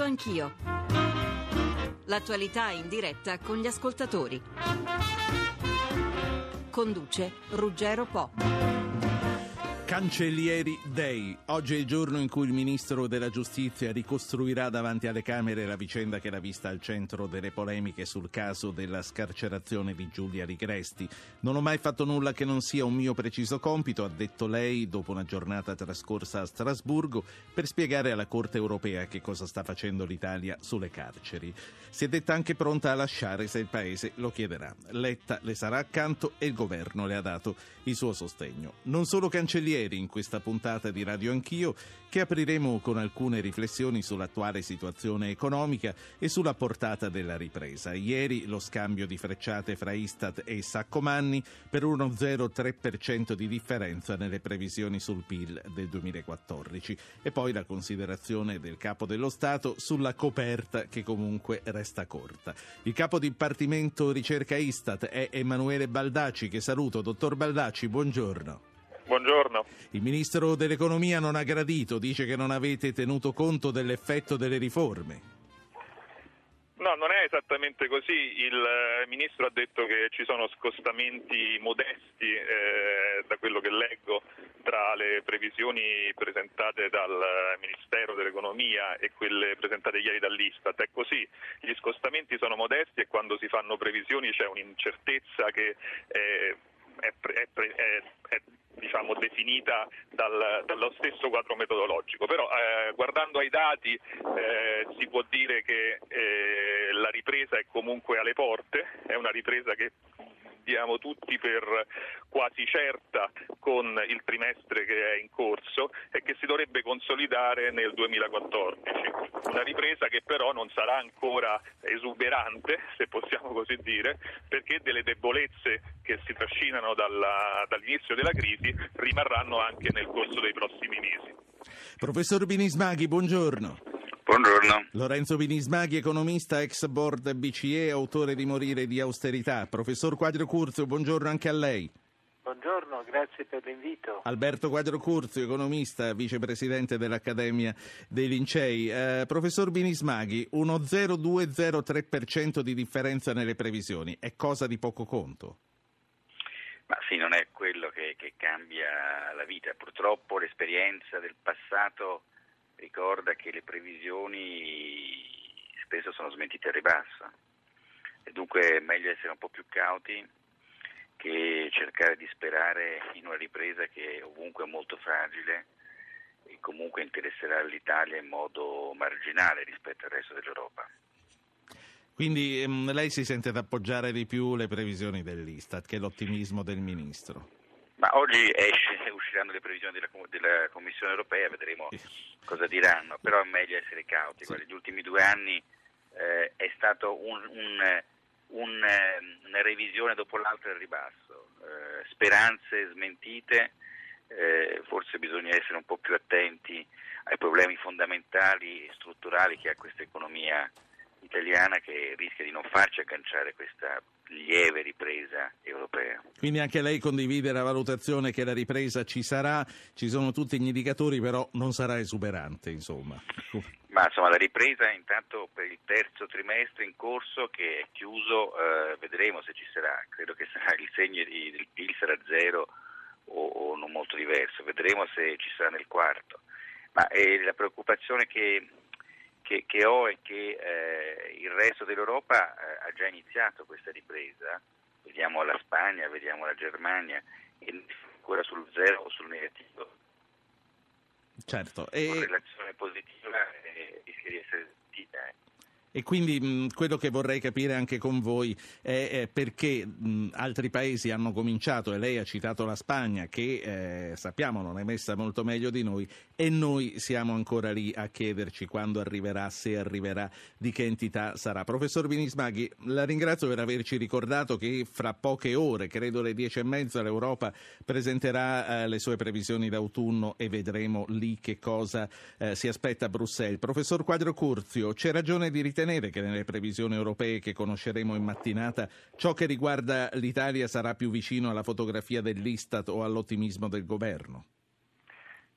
Radio Anch'io. L'attualità in diretta con gli ascoltatori. Conduce Ruggero Po. Cancellieri Day. Oggi è il giorno in cui il ministro della Giustizia ricostruirà davanti alle Camere la vicenda che l'ha vista al centro delle polemiche sul caso della scarcerazione di Giulia Ligresti. Non ho mai fatto nulla che non sia un mio preciso compito, ha detto lei dopo una giornata trascorsa a Strasburgo per spiegare alla Corte europea che cosa sta facendo l'Italia sulle carceri. Si è detta anche pronta a lasciare se il Paese lo chiederà. Letta le sarà accanto e il governo le ha dato il suo sostegno. Non solo cancellieri in questa puntata di Radio Anch'io, che apriremo con alcune riflessioni sull'attuale situazione economica e sulla portata della ripresa. Ieri lo scambio di frecciate fra Istat e Saccomanni per uno 0,3% di differenza nelle previsioni sul PIL del 2014 e poi la considerazione del Capo dello Stato sulla coperta che comunque resta corta. Il Capo Dipartimento Ricerca Istat è Emanuele Baldacci, che saluto. Dottor Baldacci, buongiorno. Buongiorno. Il Ministro dell'Economia non ha gradito, dice che non avete tenuto conto dell'effetto delle riforme. No, non è esattamente così. Il Ministro ha detto che ci sono scostamenti modesti, da quello che leggo, tra le previsioni presentate dal Ministero dell'Economia e quelle presentate ieri dall'Istat. È così, gli scostamenti sono modesti e quando si fanno previsioni c'è un'incertezza che è diciamo definita dallo stesso quadro metodologico, però guardando ai dati si può dire che la ripresa è comunque alle porte, è una ripresa che diamo tutti per quasi certa con il trimestre che è in corso e che si dovrebbe consolidare nel 2014. Una ripresa che però non sarà ancora esuberante, se possiamo così dire, perché delle debolezze che si trascinano dall'inizio della crisi rimarranno anche nel corso dei prossimi mesi. Professor Binismaghi, buongiorno. Buongiorno. Lorenzo Binismaghi, economista, ex board BCE, autore di Morire di austerità. Professor Quadrio Curzio, buongiorno anche a lei. Buongiorno, grazie per l'invito. Alberto Quadrio Curzio, economista, vicepresidente dell'Accademia dei Lincei. Professor Binismaghi, uno 0,203% di differenza nelle previsioni, è cosa di poco conto? Ma sì, non è quello che cambia la vita. Purtroppo l'esperienza del passato ricorda che le previsioni spesso sono smentite al ribasso e dunque è meglio essere un po' più cauti che cercare di sperare in una ripresa che ovunque è molto fragile e comunque interesserà l'Italia in modo marginale rispetto al resto dell'Europa. Quindi lei si sente ad appoggiare di più le previsioni dell'Istat che l'ottimismo del Ministro? Ma oggi usciranno le previsioni della Commissione Europea, vedremo cosa diranno, però è meglio essere cauti. Sì. Negli ultimi 2 anni è stato una revisione dopo l'altra al ribasso, speranze smentite, forse bisogna essere un po' più attenti ai problemi fondamentali e strutturali che ha questa economia italiana, che rischia di non farci agganciare questa lieve ripresa europea. Quindi anche lei condivide la valutazione che la ripresa ci sarà, ci sono tutti gli indicatori, però non sarà esuberante, insomma. Ma insomma la ripresa intanto per il terzo trimestre in corso, che è chiuso, vedremo se ci sarà. Credo che sarà il segno del PIL sarà 0 o non molto diverso, vedremo se ci sarà nel quarto. Ma la preoccupazione che ho è che il resto dell'Europa ha già iniziato questa ripresa, vediamo la Spagna, vediamo la Germania, e ancora sul 0 o sul negativo. Certo. Con relazione positiva rischia di essere sentita. E quindi quello che vorrei capire anche con voi è perché altri paesi hanno cominciato, e lei ha citato la Spagna che sappiamo non è messa molto meglio di noi, e noi siamo ancora lì a chiederci quando arriverà, se arriverà, di che entità sarà. Professor Binismaghi, la ringrazio per averci ricordato che fra poche ore, credo alle 10:30, l'Europa presenterà le sue previsioni d'autunno e vedremo lì che cosa si aspetta a Bruxelles. Professor Quadrio Curzio, c'è ragione di ritenere che nelle previsioni europee che conosceremo in mattinata ciò che riguarda l'Italia sarà più vicino alla fotografia dell'Istat o all'ottimismo del governo?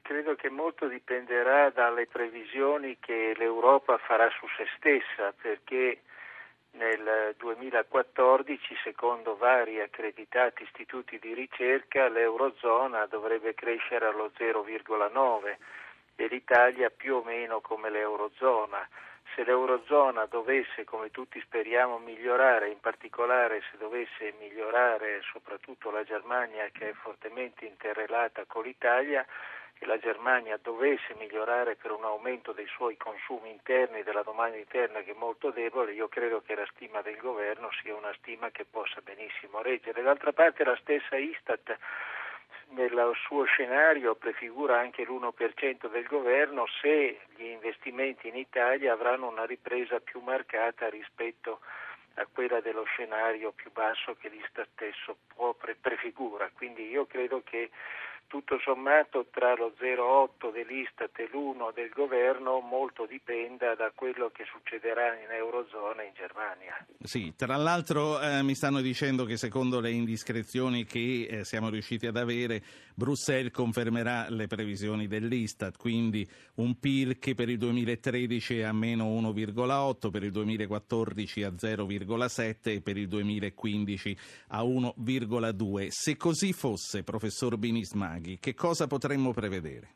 credo che molto dipenderà dalle previsioni che l'Europa farà su se stessa, perché nel 2014, secondo vari accreditati istituti di ricerca, l'Eurozona dovrebbe crescere allo 0,9 e l'Italia più o meno come l'Eurozona. Se l'Eurozona dovesse, come tutti speriamo, migliorare, in particolare se dovesse migliorare soprattutto la Germania, che è fortemente interrelata con l'Italia, e la Germania dovesse migliorare per un aumento dei suoi consumi interni, della domanda interna che è molto debole, io credo che la stima del governo sia una stima che possa benissimo reggere. D'altra parte la stessa Istat nel suo scenario prefigura anche l'1% del governo se gli investimenti in Italia avranno una ripresa più marcata rispetto a quella dello scenario più basso che l'Istat stesso prefigura. Quindi io credo che tutto sommato tra lo 0,8 dell'Istat e l'1 del governo molto dipenda da quello che succederà in Eurozona e in Germania. Sì, tra l'altro mi stanno dicendo che secondo le indiscrezioni che siamo riusciti ad avere, Bruxelles confermerà le previsioni dell'Istat, quindi un PIL che per il 2013 è a meno 1,8, per il 2014 a 0,7 e per il 2015 a 1,2. Se così fosse, professor Binismaghi, che cosa potremmo prevedere?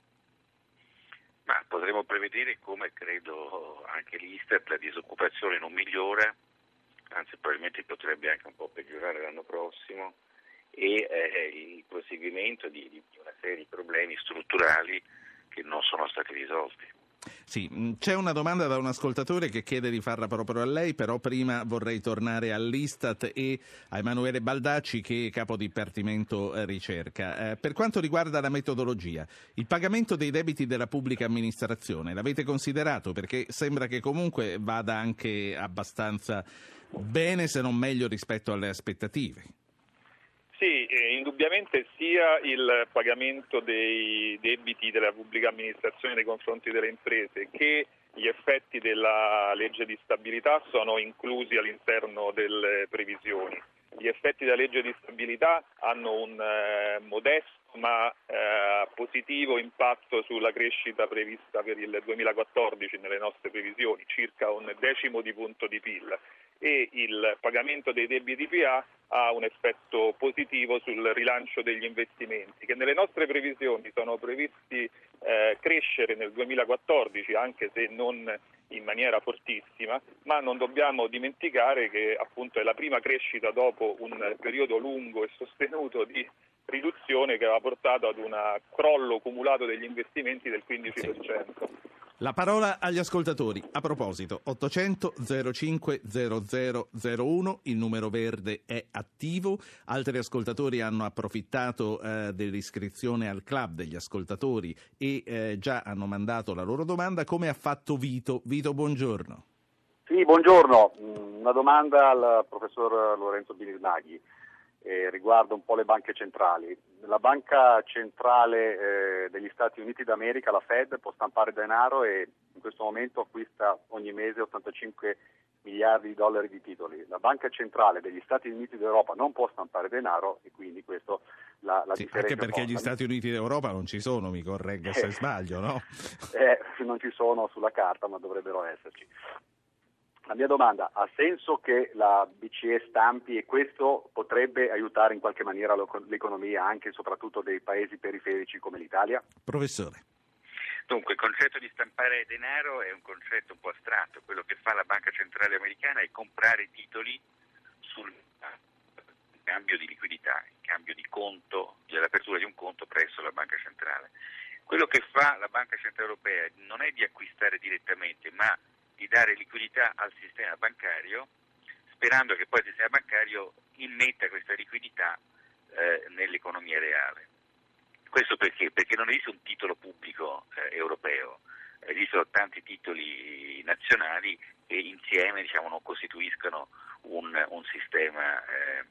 Ma potremmo prevedere, come credo anche l'Istat, la disoccupazione non migliora, anzi probabilmente potrebbe anche un po' peggiorare l'anno prossimo, e il proseguimento di una serie di problemi strutturali che non sono stati risolti. Sì, c'è una domanda da un ascoltatore che chiede di farla proprio a lei, però prima vorrei tornare all'Istat e a Emanuele Baldacci, che è capo dipartimento ricerca. Per quanto riguarda la metodologia, il pagamento dei debiti della pubblica amministrazione, l'avete considerato? Perché sembra che comunque vada anche abbastanza bene, se non meglio, rispetto alle aspettative. Sì, indubbiamente sia il pagamento dei debiti della pubblica amministrazione nei confronti delle imprese che gli effetti della legge di stabilità sono inclusi all'interno delle previsioni. Gli effetti della legge di stabilità hanno un modesto ma positivo impatto sulla crescita prevista per il 2014 nelle nostre previsioni, circa 1/10 di punto di PIL, e il pagamento dei debiti PA ha un effetto positivo sul rilancio degli investimenti, che nelle nostre previsioni sono previsti crescere nel 2014, anche se non in maniera fortissima, ma non dobbiamo dimenticare che appunto è la prima crescita dopo un periodo lungo e sostenuto di riduzione che aveva portato ad un crollo cumulato degli investimenti del 15%. La parola agli ascoltatori. A proposito, 800 05 0001, il numero verde è attivo. Altri ascoltatori hanno approfittato dell'iscrizione al club degli ascoltatori e già hanno mandato la loro domanda, come ha fatto Vito. Vito, buongiorno. Sì, buongiorno. Una domanda al professor Lorenzo Binismaghi. Riguarda un po' le banche centrali. La banca centrale degli Stati Uniti d'America, la Fed, può stampare denaro e in questo momento acquista ogni mese 85 miliardi di dollari di titoli. La banca centrale degli Stati Uniti d'Europa non può stampare denaro e quindi questo la differenza. Anche perché gli Stati Uniti d'Europa non ci sono, mi corregga se sbaglio, no? Non ci sono sulla carta, ma dovrebbero esserci. La mia domanda: ha senso che la BCE stampi e questo potrebbe aiutare in qualche maniera l'economia anche e soprattutto dei paesi periferici come l'Italia? Professore. Dunque, il concetto di stampare denaro è un concetto un po' astratto. Quello che fa la Banca Centrale Americana è comprare titoli sul cambio di liquidità, in cambio di conto, dell'apertura di un conto presso la Banca Centrale. Quello che fa la Banca Centrale Europea non è di acquistare direttamente, ma di dare liquidità al sistema bancario, sperando che poi il sistema bancario immetta questa liquidità nell'economia reale. Questo perché? Perché non esiste un titolo pubblico europeo, esistono tanti titoli nazionali e insieme non costituiscono un sistema,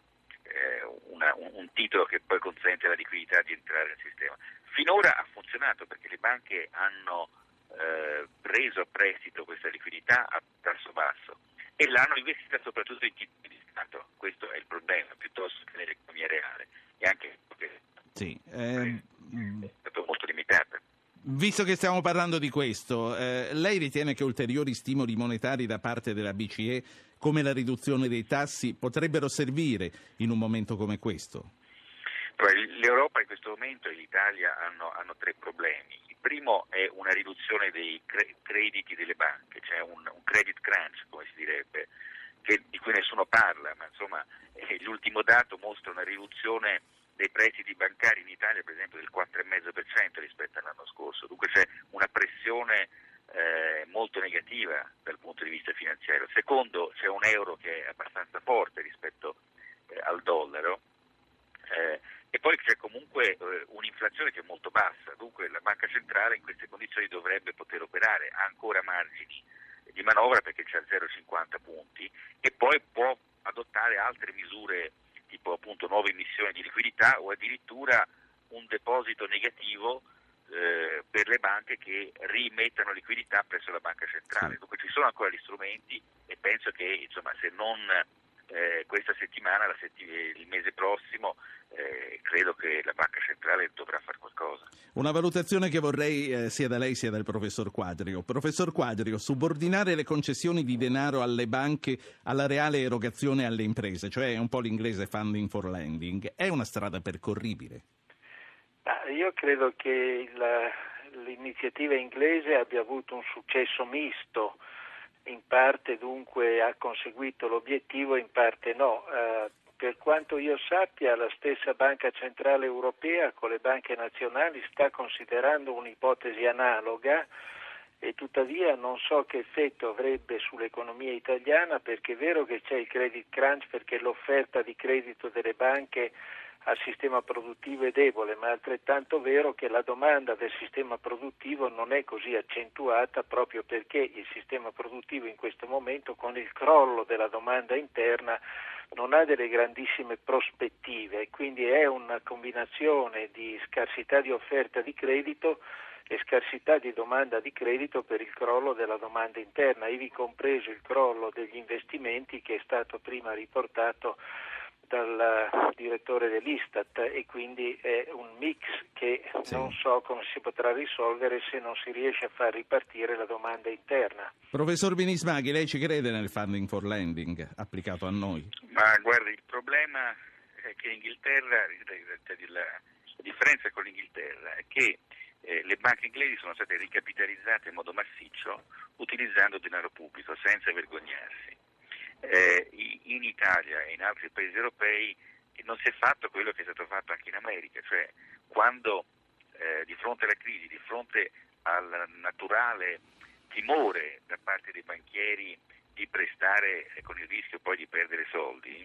un titolo che poi consente la liquidità di entrare nel sistema. Finora ha funzionato perché le banche hanno preso a prestito questa liquidità a tasso basso e l'hanno investita soprattutto in titoli di Stato. Questo è il problema, piuttosto che nell'economia reale, e anche perché è stato molto limitata. visto che stiamo parlando di questo, lei ritiene che ulteriori stimoli monetari da parte della BCE, come la riduzione dei tassi, potrebbero servire in un momento come questo? L'Europa in questo momento e l'Italia hanno tre problemi. Il primo è una riduzione dei crediti delle banche, cioè un credit crunch, come si direbbe, di cui nessuno parla, ma insomma l'ultimo dato mostra una riduzione dei prestiti bancari in Italia, per esempio, del 4,5% rispetto all'anno scorso. Dunque c'è una pressione molto negativa dal punto di vista finanziario. Secondo, c'è un euro che è abbastanza forte rispetto al dollaro. E poi c'è comunque un'inflazione che è molto bassa, dunque la Banca Centrale in queste condizioni dovrebbe poter operare, ha ancora margini di manovra perché c'è 0,50 punti e poi può adottare altre misure tipo appunto nuove emissioni di liquidità o addirittura un deposito negativo per le banche che rimettano liquidità presso la Banca Centrale. Sì. Dunque ci sono ancora gli strumenti e penso che insomma se non questa settimana, il mese prossimo, credo che la Banca Centrale dovrà fare qualcosa. Una valutazione che vorrei sia da lei sia dal professor Quadrio. Professor Quadrio, subordinare le concessioni di denaro alle banche alla reale erogazione alle imprese, cioè un po' l'inglese funding for lending, è una strada percorribile? Io credo che l'iniziativa inglese abbia avuto un successo misto. In parte dunque ha conseguito l'obiettivo, in parte no. Per quanto io sappia, la stessa Banca Centrale Europea con le banche nazionali sta considerando un'ipotesi analoga e tuttavia non so che effetto avrebbe sull'economia italiana, perché è vero che c'è il credit crunch perché l'offerta di credito delle banche al sistema produttivo è debole, ma è altrettanto vero che la domanda del sistema produttivo non è così accentuata proprio perché il sistema produttivo in questo momento, con il crollo della domanda interna, non ha delle grandissime prospettive, quindi è una combinazione di scarsità di offerta di credito e scarsità di domanda di credito per il crollo della domanda interna, ivi compreso il crollo degli investimenti che è stato prima riportato dal direttore dell'Istat, e quindi è un mix che non so come si potrà risolvere se non si riesce a far ripartire la domanda interna. Professor Binismaghi, lei ci crede nel funding for lending applicato a noi? Ma guardi, il problema è che l'Inghilterra, la differenza con l'Inghilterra è che le banche inglesi sono state ricapitalizzate in modo massiccio utilizzando denaro pubblico senza vergognarsi. In Italia e in altri paesi europei non si è fatto quello che è stato fatto anche in America, cioè quando di fronte alla crisi, di fronte al naturale timore da parte dei banchieri di prestare con il rischio poi di perdere soldi,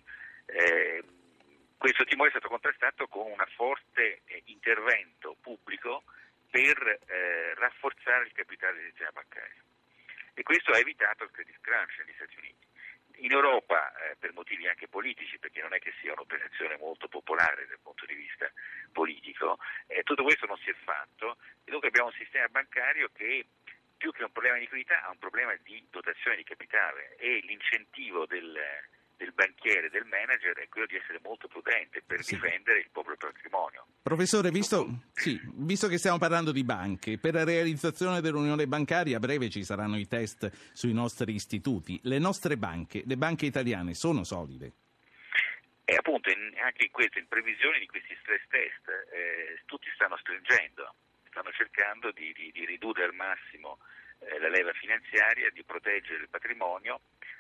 questo timore è stato contrastato con un forte intervento pubblico per rafforzare il capitale del sistema bancario, e questo ha evitato il credit crunch negli Stati Uniti. In Europa, per motivi anche politici, perché non è che sia un'operazione molto popolare dal punto di vista politico, tutto questo non si è fatto e dunque abbiamo un sistema bancario che più che un problema di liquidità ha un problema di dotazione di capitale, e l'incentivo del banchiere, del manager, è quello di essere molto prudente per difendere il proprio patrimonio. Professore, visto che stiamo parlando di banche, per la realizzazione dell'unione bancaria a breve ci saranno i test sui nostri istituti. Le nostre banche, le banche italiane, sono solide? E appunto anche in questo, in previsione di questi stress test, tutti stanno stringendo, stanno cercando di ridurre al massimo la leva finanziaria, di proteggere il patrimonio,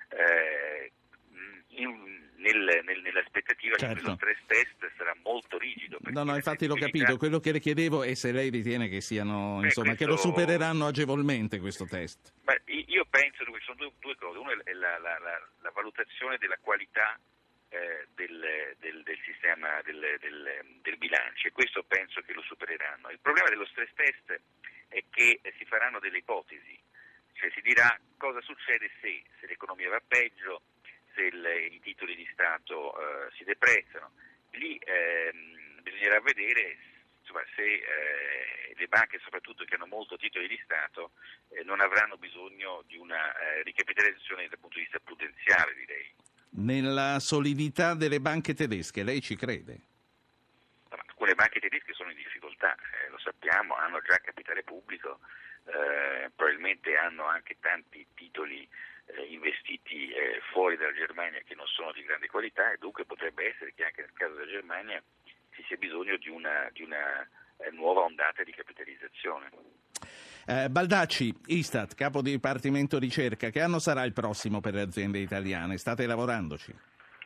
nell'aspettativa che questo stress test sarà molto rigido. No, infatti l'ho capito. Quello che le chiedevo è se lei ritiene che siano, che lo supereranno agevolmente questo test. Beh, io penso che sono due cose. Una è la valutazione della qualità del sistema del bilancio, e questo penso che lo supereranno. Il problema dello stress test è che si faranno delle ipotesi, cioè si dirà cosa succede se l'economia va peggio, se i titoli di Stato si deprezzano. Lì bisognerà vedere se le banche, soprattutto che hanno molto titoli di Stato, non avranno bisogno di una ricapitalizzazione dal punto di vista prudenziale, direi. Nella solidità delle banche tedesche lei ci crede? Alcune banche tedesche sono in difficoltà, lo sappiamo, hanno già capitale pubblico, probabilmente hanno anche tanti titoli investiti fuori dalla Germania che non sono di grande qualità, e dunque potrebbe essere che anche nel caso della Germania ci sia bisogno di una nuova ondata di capitalizzazione. Baldacci, Istat, capo dipartimento ricerca, che anno sarà il prossimo per le aziende italiane? State lavorandoci?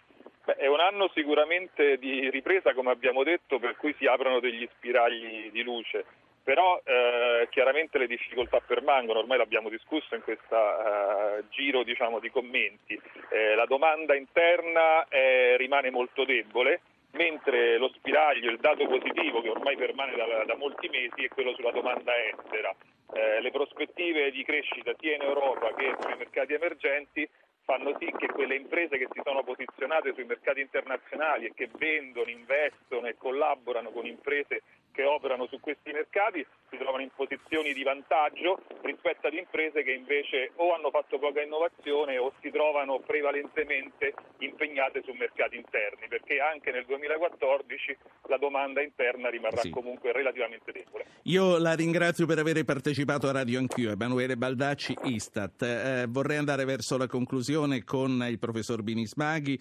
È un anno sicuramente di ripresa, come abbiamo detto, per cui si aprono degli spiragli di luce, però chiaramente le difficoltà permangono, ormai l'abbiamo discusso in questo giro di commenti. La domanda interna rimane molto debole, mentre lo spiraglio, il dato positivo che ormai permane da molti mesi è quello sulla domanda estera. Le prospettive di crescita sia in Europa che sui mercati emergenti fanno sì che quelle imprese che si sono posizionate sui mercati internazionali e che vendono, investono e collaborano con imprese che operano su questi mercati si trovano in posizioni di vantaggio rispetto ad imprese che invece o hanno fatto poca innovazione o si trovano prevalentemente impegnate su mercati interni, perché anche nel 2014 la domanda interna rimarrà comunque relativamente debole. Io la ringrazio per aver partecipato a Radio Anch'io, Emanuele Baldacci, Istat. Vorrei andare verso la conclusione con il professor Binismaghi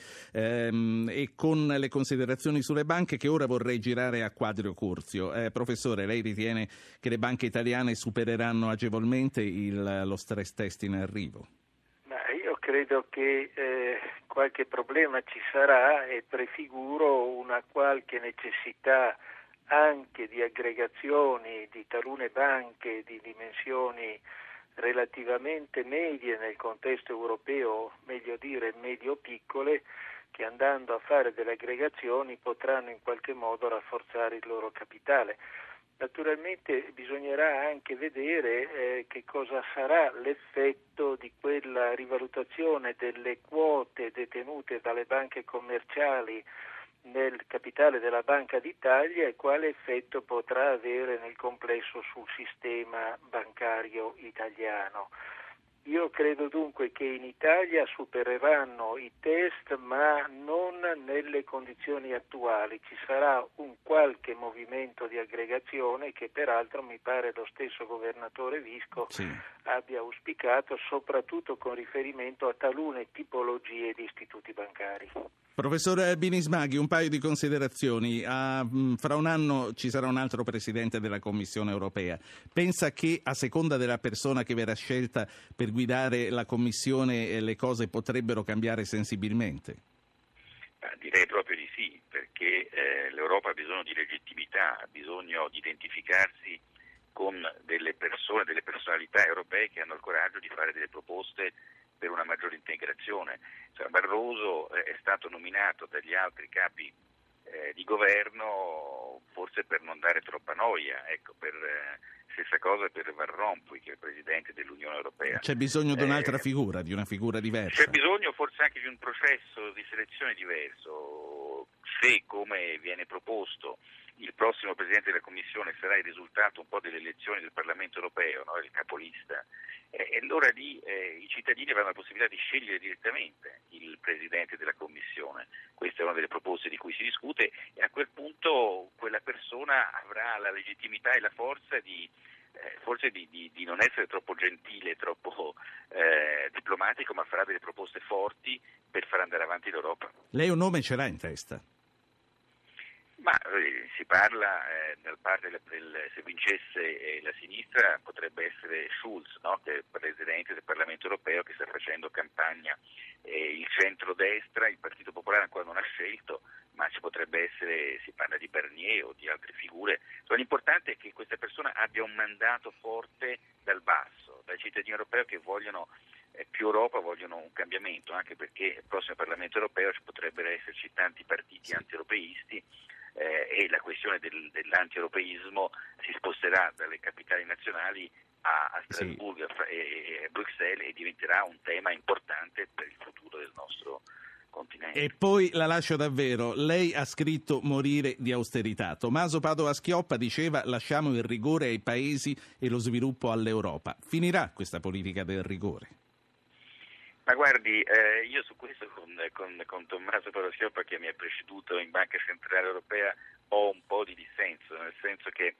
e con le considerazioni sulle banche che ora vorrei girare a Quadrio Curzio. Professore, lei ritiene che le banche italiane supereranno agevolmente lo stress test in arrivo? Ma io credo che qualche problema ci sarà e prefiguro una qualche necessità anche di aggregazioni di talune banche di dimensioni relativamente medie nel contesto europeo, meglio dire medio-piccole, che andando a fare delle aggregazioni potranno in qualche modo rafforzare il loro capitale. Naturalmente bisognerà anche vedere che cosa sarà l'effetto di quella rivalutazione delle quote detenute dalle banche commerciali nel capitale della Banca d'Italia e quale effetto potrà avere nel complesso sul sistema bancario italiano. Io credo dunque che in Italia supereranno i test, ma non nelle condizioni attuali. Ci sarà un qualche movimento di aggregazione che peraltro mi pare lo stesso governatore Visco abbia auspicato, soprattutto con riferimento a talune tipologie di istituti bancari. Professor Binismaghi, un paio di considerazioni. Fra un anno ci sarà un altro Presidente della Commissione europea. Pensa che a seconda della persona che verrà scelta per guidare la Commissione le cose potrebbero cambiare sensibilmente? Direi proprio di sì, perché l'Europa ha bisogno di legittimità, ha bisogno di identificarsi con delle persone, delle personalità europee che hanno il coraggio di fare delle proposte per una maggiore integrazione. Barroso è stato nominato dagli altri capi di governo forse per non dare troppa noia, stessa cosa per Van Rompuy, che è il Presidente dell'Unione Europea. C'è bisogno di un'altra figura, di una figura diversa. C'è bisogno forse anche di un processo di selezione diverso. Se, come viene proposto, il prossimo Presidente della Commissione sarà il risultato un po' delle elezioni del Parlamento Europeo, no? Il capolista, e allora lì i cittadini avranno la possibilità di scegliere direttamente il Presidente della Commissione. Questa è una delle proposte di cui si discute e a quel punto quella persona avrà la legittimità e la forza di non essere troppo gentile, troppo diplomatico, ma farà delle proposte forti per far andare avanti l'Europa. Lei un nome ce l'ha in testa? Ma si parla dal parte se vincesse la sinistra potrebbe essere Schulz, no? Che è il Presidente del Parlamento Europeo che sta facendo campagna, il centrodestra, il Partito Popolare ancora non ha scelto, ma ci potrebbe essere, si parla di Barnier o di altre figure. L'importante è che questa persona abbia un mandato forte dal basso, dai cittadini europei che vogliono più Europa, vogliono un cambiamento, anche perché al prossimo Parlamento Europeo ci potrebbero esserci tanti partiti anti-europeisti e la questione dell'anti-europeismo si sposterà dalle capitali nazionali a Strasburgo e a Bruxelles e diventerà un tema importante per il futuro del nostro continente. E poi la lascio davvero, lei ha scritto morire di austerità. Tommaso Padoa-Schioppa diceva lasciamo il rigore ai paesi e lo sviluppo all'Europa. Finirà questa politica del rigore? Ma guardi, io su questo con Tommaso Padoa-Schioppa, che mi ha preceduto in Banca Centrale Europea, ho un po' di dissenso, nel senso che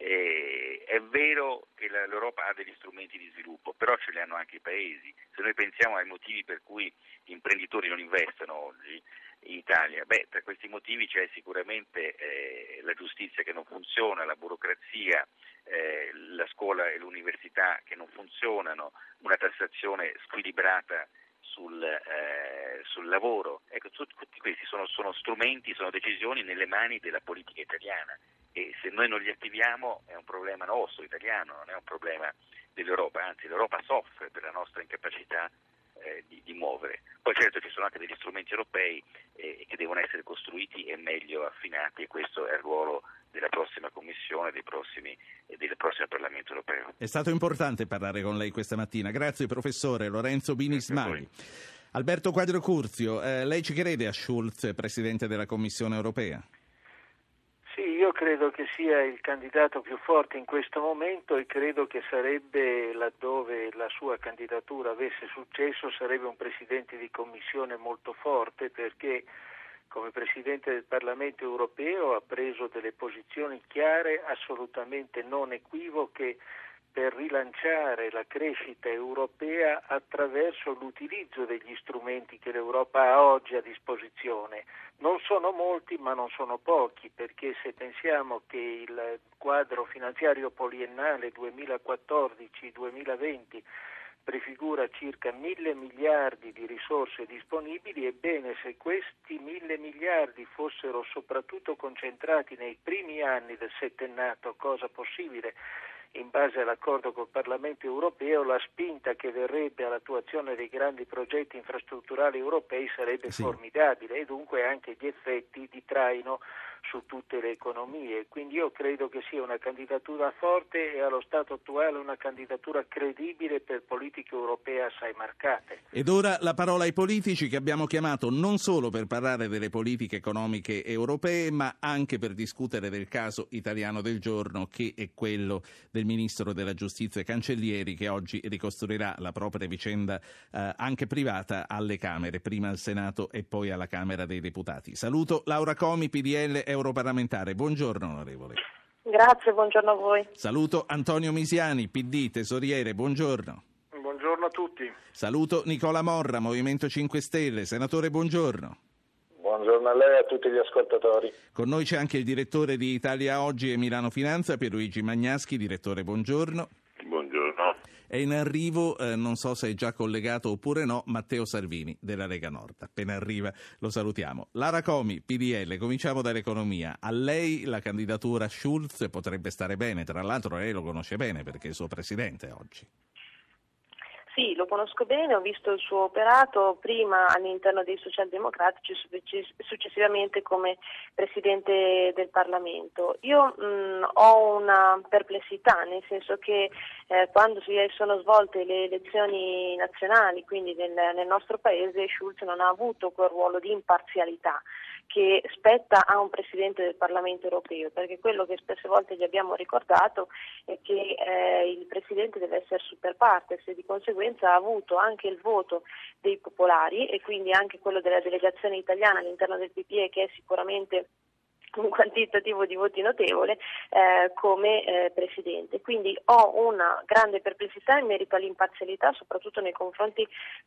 È vero che l'Europa ha degli strumenti di sviluppo, però ce li hanno anche i paesi. Se noi pensiamo ai motivi per cui gli imprenditori non investono oggi in Italia, tra questi motivi c'è sicuramente la giustizia che non funziona, la burocrazia, la scuola e l'università che non funzionano, una tassazione squilibrata sul lavoro. Ecco, tutti questi sono strumenti, sono decisioni nelle mani della politica italiana, e se noi non li attiviamo è un problema nostro, italiano, non è un problema dell'Europa, anzi l'Europa soffre per la nostra incapacità di muovere. Poi certo ci sono anche degli strumenti europei che devono essere costruiti e meglio affinati, e questo è il ruolo della prossima Commissione del prossimo Parlamento europeo. È stato importante parlare con lei questa mattina. Grazie professore Lorenzo Binismaghi. Alberto Quadrio-Curzio, lei ci crede a Schulz, Presidente della Commissione europea? Sì, io credo che sia il candidato più forte in questo momento, e credo che sarebbe, laddove la sua candidatura avesse successo, sarebbe un Presidente di Commissione molto forte, perché come Presidente del Parlamento europeo ha preso delle posizioni chiare, assolutamente non equivoche, per rilanciare la crescita europea attraverso l'utilizzo degli strumenti che l'Europa ha oggi a disposizione. Non sono molti, ma non sono pochi, perché se pensiamo che il quadro finanziario poliennale 2014-2020 prefigura circa 1.000 miliardi di risorse disponibili, ebbene se questi 1.000 miliardi fossero soprattutto concentrati nei primi anni del settennato, cosa possibile in base all'accordo col Parlamento europeo, la spinta che verrebbe all'attuazione dei grandi progetti infrastrutturali europei sarebbe formidabile, e dunque anche gli effetti di traino su tutte le economie. Quindi io credo che sia una candidatura forte, e allo stato attuale una candidatura credibile per politiche europee assai marcate. Ed ora la parola ai politici, che abbiamo chiamato non solo per parlare delle politiche economiche europee, ma anche per discutere del caso italiano del giorno, che è quello del Ministro della Giustizia Cancellieri, che oggi ricostruirà la propria vicenda anche privata alle Camere, prima al Senato e poi alla Camera dei Deputati. Saluto Laura Comi, PDL europarlamentare. Buongiorno onorevole. Grazie, buongiorno a voi. Saluto Antonio Misiani, PD, tesoriere. Buongiorno. Buongiorno a tutti. Saluto Nicola Morra, Movimento 5 Stelle. Senatore, buongiorno. Buongiorno a lei e a tutti gli ascoltatori. Con noi c'è anche il direttore di Italia Oggi e Milano Finanza, Pierluigi Magnaschi. Direttore, buongiorno. Buongiorno. È in arrivo, non so se è già collegato oppure no, Matteo Salvini della Lega Nord. Appena arriva lo salutiamo. Lara Comi, PDL, cominciamo dall'economia. A lei la candidatura Schulz potrebbe stare bene, tra l'altro lei lo conosce bene perché è il suo presidente oggi. Sì, lo conosco bene, ho visto il suo operato prima all'interno dei socialdemocratici, successivamente come Presidente del Parlamento. Io ho una perplessità, nel senso che quando si sono svolte le elezioni nazionali, quindi nel nostro Paese, Schulz non ha avuto quel ruolo di imparzialità che spetta a un Presidente del Parlamento europeo, perché quello che spesse volte gli abbiamo ricordato è che il Presidente deve essere super partes, e di conseguenza ha avuto anche il voto dei popolari, e quindi anche quello della delegazione italiana all'interno del PPE, che è sicuramente un quantitativo di voti notevole come Presidente. Quindi ho una grande perplessità in merito all'imparzialità, soprattutto nei confronti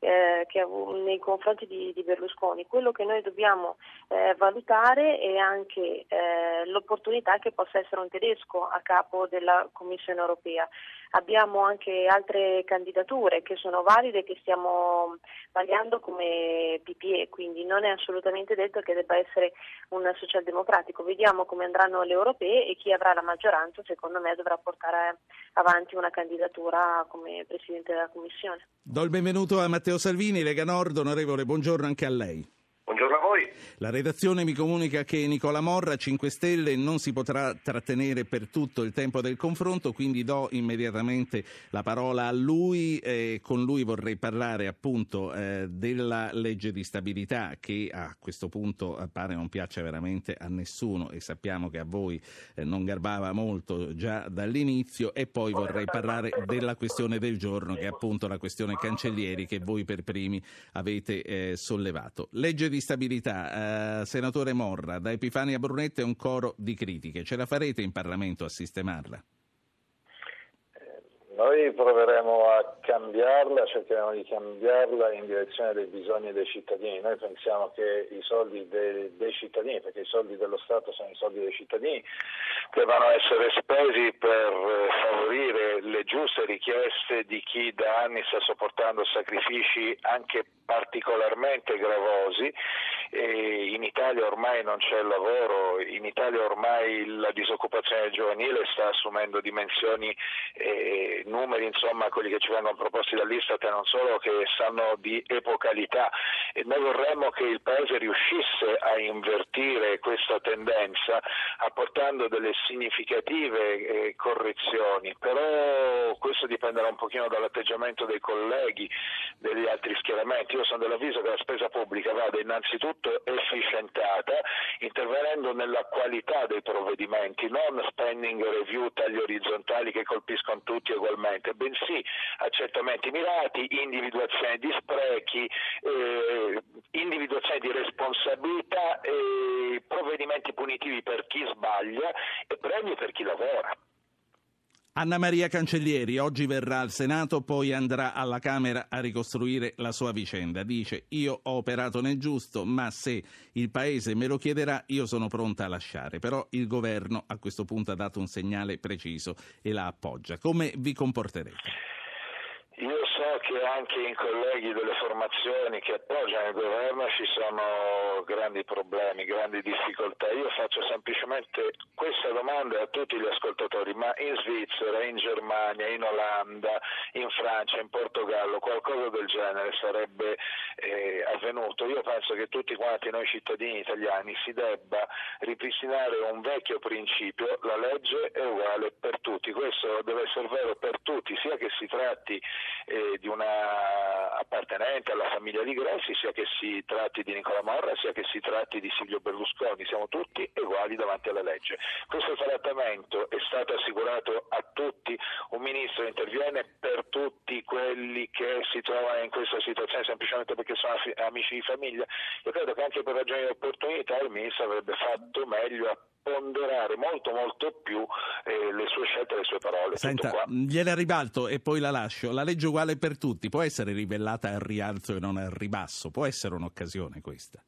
di Berlusconi. Quello che noi dobbiamo valutare è anche l'opportunità che possa essere un tedesco a capo della Commissione europea. Abbiamo anche altre candidature che sono valide, che stiamo vagliando come PPE, quindi non è assolutamente detto che debba essere un socialdemocratico. Vediamo come andranno le europee, e chi avrà la maggioranza secondo me dovrà portare avanti una candidatura come Presidente della Commissione. Do il benvenuto a Matteo Salvini, Lega Nord. Onorevole, buongiorno anche a lei. Buongiorno a voi. La redazione mi comunica che Nicola Morra, 5 Stelle, non si potrà trattenere per tutto il tempo del confronto, quindi do immediatamente la parola a lui. Con lui vorrei parlare appunto della legge di stabilità, che a questo punto pare non piaccia veramente a nessuno, e sappiamo che a voi non garbava molto già dall'inizio, e poi vorrei parlare della questione del giorno, che è appunto la questione Cancellieri, che voi per primi avete sollevato. Legge di stabilità, verità, senatore Morra, da Epifania Brunetta è un coro di critiche. Ce la farete in Parlamento a sistemarla? Noi proveremo a cambiarla, cercheremo di cambiarla in direzione dei bisogni dei cittadini. Noi pensiamo che i soldi dei cittadini, perché i soldi dello Stato sono i soldi dei cittadini, devono essere spesi per favorire le giuste richieste di chi da anni sta sopportando sacrifici anche particolarmente gravosi. E in Italia ormai non c'è lavoro, in Italia ormai la disoccupazione giovanile sta assumendo dimensioni, numeri, insomma, quelli che ci vengono proposti dall'Istat non solo, che sanno di epocalità, e noi vorremmo che il Paese riuscisse a invertire questa tendenza apportando delle significative correzioni, però questo dipenderà un pochino dall'atteggiamento dei colleghi degli altri schieramenti. Io sono dell'avviso che la spesa pubblica vada innanzitutto efficientata, intervenendo nella qualità dei provvedimenti, non spending review, tagli orizzontali che colpiscono tutti ugualmente, bensì accertamenti mirati, individuazione di sprechi, individuazione di responsabilità, provvedimenti punitivi per chi sbaglia e premi per chi lavora. Anna Maria Cancellieri oggi verrà al Senato, poi andrà alla Camera a ricostruire la sua vicenda. Dice: io ho operato nel giusto, ma se il Paese me lo chiederà io sono pronta a lasciare. Però il governo a questo punto ha dato un segnale preciso e la appoggia. Come vi comporterete? Io so che anche in colleghi delle formazioni che appoggiano il governo ci sono grandi problemi, grandi difficoltà. Io faccio semplicemente questa domanda a tutti gli ascoltatori: ma in Svizzera, in Germania, in Olanda, in Francia, in Portogallo qualcosa del genere sarebbe avvenuto? Io penso che tutti quanti noi cittadini italiani si debba ripristinare un vecchio principio: la legge è uguale per tutti. Questo deve essere vero per tutti, sia che si tratti di una appartenente alla famiglia di Grassi, sia che si tratti di Nicola Morra, sia che si tratti di Silvio Berlusconi. Siamo tutti uguali davanti alla legge. Questo trattamento è stato assicurato a tutti. Un ministro interviene per tutti quelli che si trovano in questa situazione semplicemente perché sono amici di famiglia. Io credo che anche per ragioni di opportunità il ministro avrebbe fatto meglio a ponderare molto più le sue scelte e le sue parole. Senta, gliela ribalto e poi la lascio. La legge uguale per tutti può essere rivellata al rialzo e non al ribasso? Può essere un'occasione questa?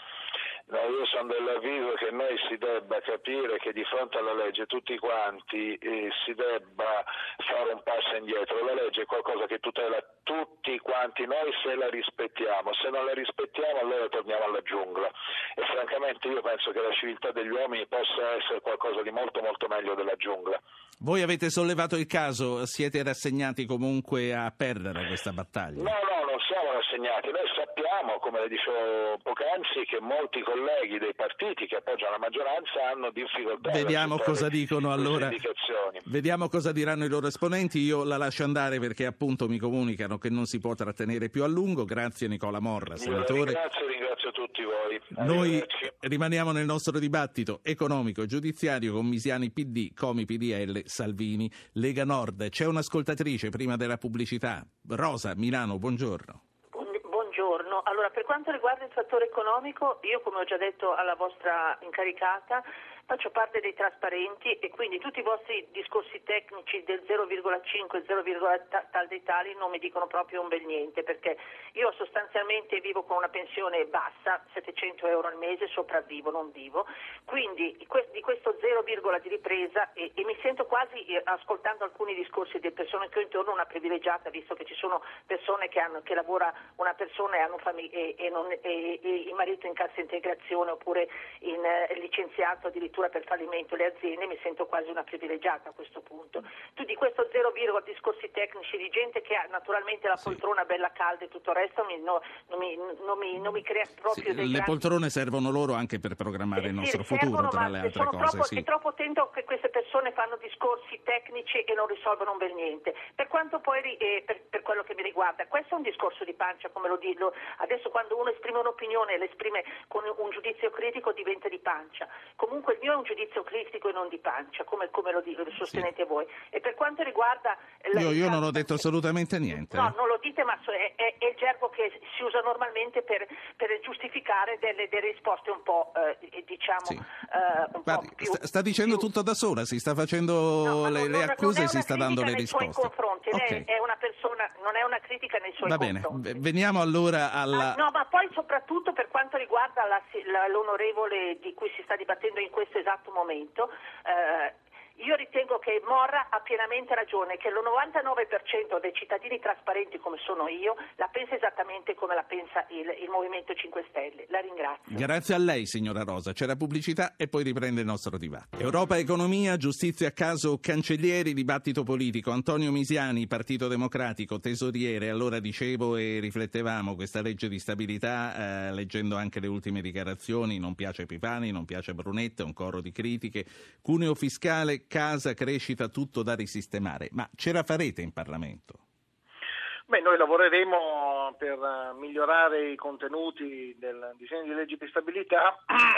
No, io sono dell'avviso che noi si debba capire che di fronte alla legge tutti quanti si debba fare un passo indietro. La legge è qualcosa che tutela tutti quanti noi se la rispettiamo. Se non la rispettiamo allora torniamo alla giungla, e francamente io penso che la civiltà degli uomini possa essere qualcosa di molto meglio della giungla. Voi avete sollevato il caso, siete rassegnati comunque a perdere questa battaglia? No, non siamo rassegnati. Noi sappiamo, come le dicevo poc'anzi, che molti colleghi dei partiti che appoggiano la maggioranza hanno difficoltà. Vediamo cosa dicono allora. Vediamo cosa diranno i loro esponenti. Io la lascio andare perché appunto mi comunicano che non si può trattenere più a lungo. Grazie Nicola Morra, senatore. Ringrazio tutti voi. Noi rimaniamo nel nostro dibattito economico giudiziario con Misiani PD, Comi PDL, Salvini, Lega Nord. C'è un'ascoltatrice prima della pubblicità. Rosa, Milano, buongiorno. Buongiorno. Allora, per quanto riguarda il fattore economico, io, come ho già detto alla vostra incaricata, faccio parte dei trasparenti e quindi tutti i vostri discorsi tecnici del 0,5 e 0, tal dei tali non mi dicono proprio un bel niente, perché io sostanzialmente vivo con una pensione bassa, 700 euro al mese, sopravvivo, non vivo, quindi di questo 0, di ripresa e mi sento quasi, ascoltando alcuni discorsi delle persone che ho intorno, una privilegiata, visto che ci sono persone che lavora una persona e hanno e il marito in cassa integrazione oppure licenziato addirittura per fallimento le aziende. Mi sento quasi una privilegiata a questo punto. Tu di questo 0, discorsi tecnici di gente che ha naturalmente la poltrona bella calda e tutto il resto non mi crea proprio dei le poltrone servono loro anche per programmare il nostro futuro, tra le altre cose. È troppo attento che queste persone fanno discorsi tecnici e non risolvono un bel niente. Per quanto poi per quello che mi riguarda, questo è un discorso di pancia, come lo Adesso quando uno esprime un'opinione e l'esprime con un giudizio critico diventa di pancia. Comunque il mio è un giudizio critico e non di pancia, come lo sostenete voi. E per quanto riguarda... Io non ho detto assolutamente niente. No, non lo dite, ma è il gergo che si usa normalmente per giustificare delle risposte un po', Guardi, po' più... sta dicendo tutto da sola, si sta facendo le accuse e si sta dando le risposte. Nei suoi confronti, Okay. è una persona, non è una critica nei suoi confronti. Va bene, veniamo allora alla... No, ma poi soprattutto per quanto riguarda l'onorevole di cui si sta dibattendo in questo esatto momento, io ritengo che Morra ha pienamente ragione, che il 99% dei cittadini trasparenti come sono io la pensa esattamente come la pensa il Movimento 5 Stelle. La ringrazio. Grazie a lei, signora Rosa. C'è la pubblicità e poi riprende il nostro dibattito. Europa Economia, giustizia a caso Cancellieri, dibattito politico. Antonio Misiani, Partito Democratico, tesoriere. Allora dicevo e riflettevamo questa legge di stabilità, leggendo anche le ultime dichiarazioni, non piace Epifani, non piace Brunetta, un coro di critiche. Cuneo fiscale, casa, crescita, tutto da risistemare. Ma ce la farete in Parlamento? Beh, noi lavoreremo per migliorare i contenuti del disegno di legge di stabilità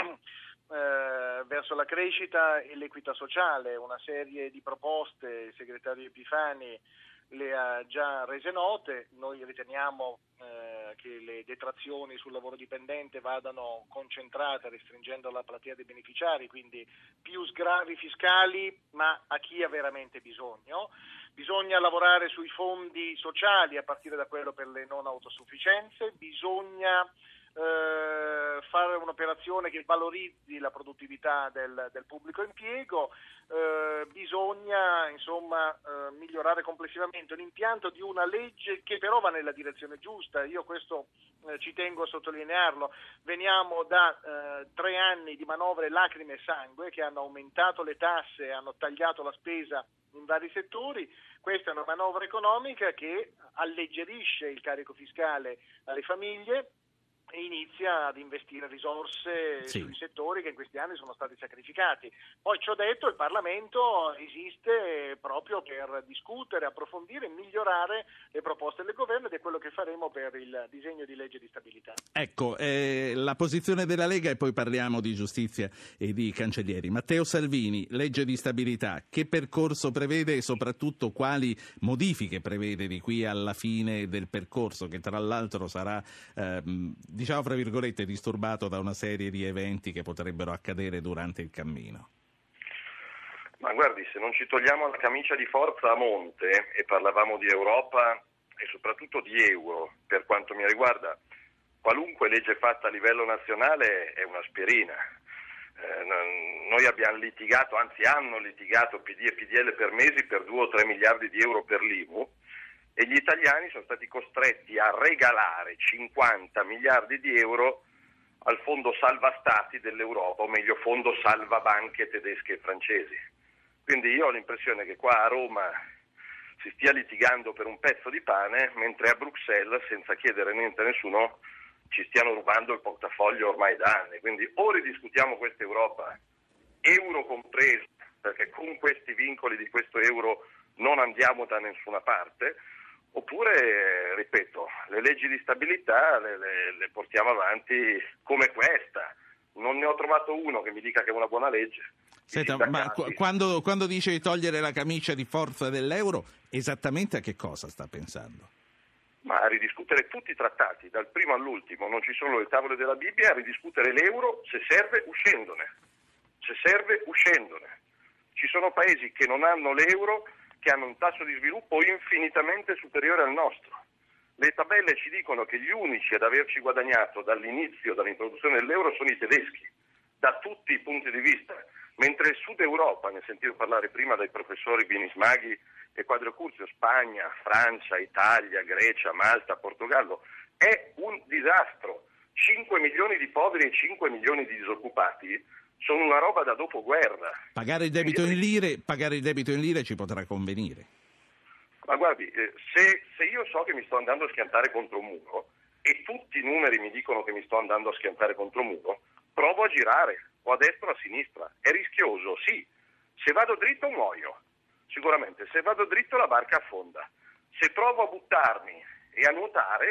verso la crescita e l'equità sociale. Una serie di proposte il segretario Epifani le ha già rese note. Noi riteniamo che le detrazioni sul lavoro dipendente vadano concentrate restringendo la platea dei beneficiari, quindi più sgravi fiscali, ma a chi ha veramente bisogno. Bisogna lavorare sui fondi sociali a partire da quello per le non autosufficienze, bisogna fare un'operazione che valorizzi la produttività del pubblico impiego, bisogna migliorare complessivamente l'impianto di una legge che però va nella direzione giusta. Io questo ci tengo a sottolinearlo. Veniamo da 3 anni di manovre lacrime e sangue che hanno aumentato le tasse, hanno tagliato la spesa in vari settori. Questa è una manovra economica che alleggerisce il carico fiscale alle famiglie e inizia ad investire risorse sui settori che in questi anni sono stati sacrificati. Poi, ciò detto, il Parlamento esiste proprio per discutere, approfondire e migliorare le proposte del governo, ed è quello che faremo per il disegno di legge di stabilità. Ecco, la posizione della Lega, e poi parliamo di giustizia e di Cancellieri. Matteo Salvini, legge di stabilità, che percorso prevede e soprattutto quali modifiche prevede di qui alla fine del percorso, che tra l'altro sarà diciamo fra virgolette disturbato da una serie di eventi che potrebbero accadere durante il cammino? Ma guardi, se non ci togliamo la camicia di forza a monte, e parlavamo di Europa e soprattutto di euro, per quanto mi riguarda, qualunque legge fatta a livello nazionale è un'aspirina. Noi abbiamo litigato, anzi hanno litigato PD e PDL per mesi per 2 o 3 miliardi di euro per l'IMU, e gli italiani sono stati costretti a regalare 50 miliardi di euro al fondo salva stati dell'Europa, o meglio fondo salva banche tedesche e francesi. Quindi io ho l'impressione che qua a Roma si stia litigando per un pezzo di pane, mentre a Bruxelles, senza chiedere niente a nessuno, ci stiano rubando il portafoglio ormai da anni. Quindi o ridiscutiamo questa Europa, euro compreso, perché con questi vincoli di questo euro non andiamo da nessuna parte, oppure, ripeto, le leggi di stabilità le portiamo avanti come questa. Non ne ho trovato uno che mi dica che è una buona legge. Senta, ma quando dice togliere la camicia di forza dell'euro, esattamente a che cosa sta pensando? Ma a ridiscutere tutti i trattati, dal primo all'ultimo, non ci sono le tavole della Bibbia, a ridiscutere l'euro se serve uscendone. Ci sono paesi che non hanno l'euro, che hanno un tasso di sviluppo infinitamente superiore al nostro. Le tabelle ci dicono che gli unici ad averci guadagnato dall'introduzione dell'euro sono i tedeschi, da tutti i punti di vista, mentre il Sud Europa, ne sentivo parlare prima dai professori Binismaghi e Quadrocuzio, Spagna, Francia, Italia, Grecia, Malta, Portogallo, è un disastro. 5 milioni di poveri e 5 milioni di disoccupati sono una roba da dopoguerra. Pagare il debito in lire ci potrà convenire. Ma guardi, se io so che mi sto andando a schiantare contro un muro e tutti i numeri mi dicono che mi sto andando a schiantare contro un muro, provo a girare, o a destra o a sinistra. È rischioso, sì. Se vado dritto muoio, sicuramente. Se vado dritto la barca affonda. Se provo a buttarmi e a nuotare,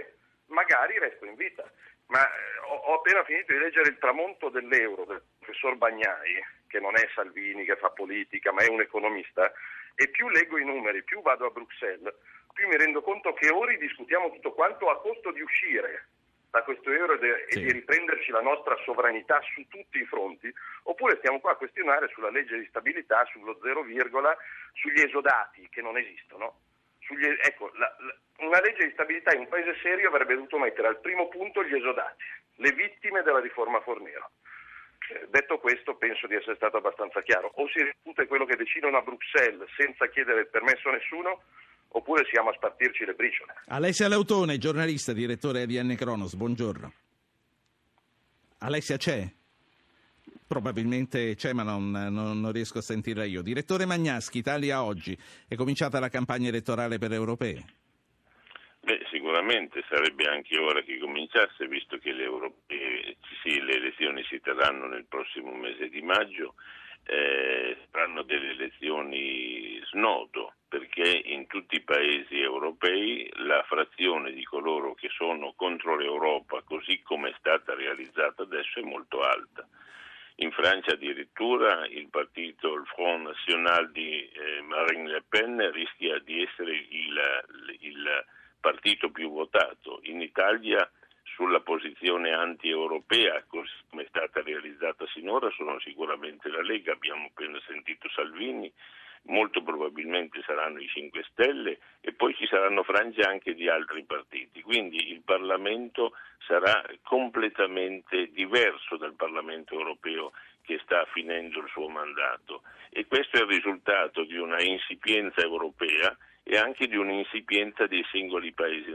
magari resto in vita. Ma ho appena finito di leggere Il tramonto dell'euro del professor Bagnai, che non è Salvini che fa politica, ma è un economista, e più leggo i numeri, più vado a Bruxelles, più mi rendo conto che ora discutiamo tutto quanto a costo di uscire da questo euro e di riprenderci la nostra sovranità su tutti i fronti, oppure stiamo qua a questionare sulla legge di stabilità, sullo 0, sugli esodati che non esistono. Una legge di stabilità in un paese serio avrebbe dovuto mettere al primo punto gli esodati, le vittime della riforma Fornero. Detto questo, penso di essere stato abbastanza chiaro. O si discute quello che decidono a Bruxelles senza chiedere il permesso a nessuno, oppure siamo a spartirci le briciole. Alessia Lautone, giornalista, direttore ADN Cronos, buongiorno. Alessia c'è? Probabilmente c'è, ma non riesco a sentirla io. Direttore Magnaschi, Italia Oggi, è cominciata la campagna elettorale per le europee? Sicuramente sarebbe anche ora che cominciasse, visto che le elezioni si terranno nel prossimo mese di maggio. Saranno delle elezioni snodo, perché in tutti i paesi europei la frazione di coloro che sono contro l'Europa, così come è stata realizzata adesso, è molto alta. In Francia addirittura il Front National di Marine Le Pen rischia di essere il partito più votato. In Italia, sulla posizione anti-europea, così come è stata realizzata sinora, sono sicuramente la Lega, abbiamo appena sentito Salvini, molto probabilmente saranno i 5 Stelle e poi ci saranno frange anche di altri partiti. Quindi il Parlamento sarà completamente diverso dal Parlamento europeo che sta finendo il suo mandato, e questo è il risultato di una insipienza europea e anche di un'insipienza dei singoli paesi.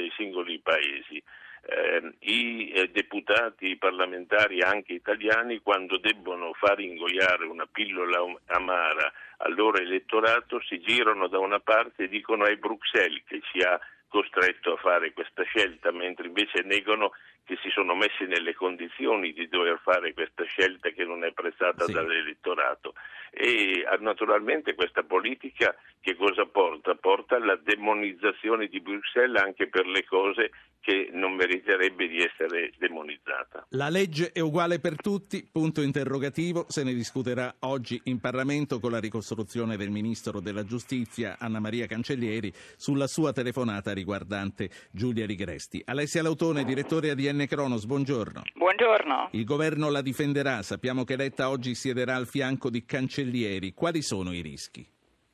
I deputati parlamentari anche italiani, quando debbono far ingoiare una pillola amara al loro elettorato, si girano da una parte e dicono è Bruxelles che ci ha costretto a fare questa scelta, mentre invece negano che si sono messi nelle condizioni di dover fare questa scelta che non è apprezzata dall'elettorato. E naturalmente questa politica che cosa porta? Porta alla demonizzazione di Bruxelles anche per le cose che non meriterebbe di essere demonizzata. La legge è uguale per tutti? Punto interrogativo. Se ne discuterà oggi in Parlamento con la ricostruzione del Ministro della Giustizia Anna Maria Cancellieri sulla sua telefonata riguardante Giulia Ligresti. Alessia Lautone, direttore ADN Cronos, buongiorno. Buongiorno. Il governo la difenderà. Sappiamo che Letta oggi siederà al fianco di Cancellieri. Quali sono i rischi?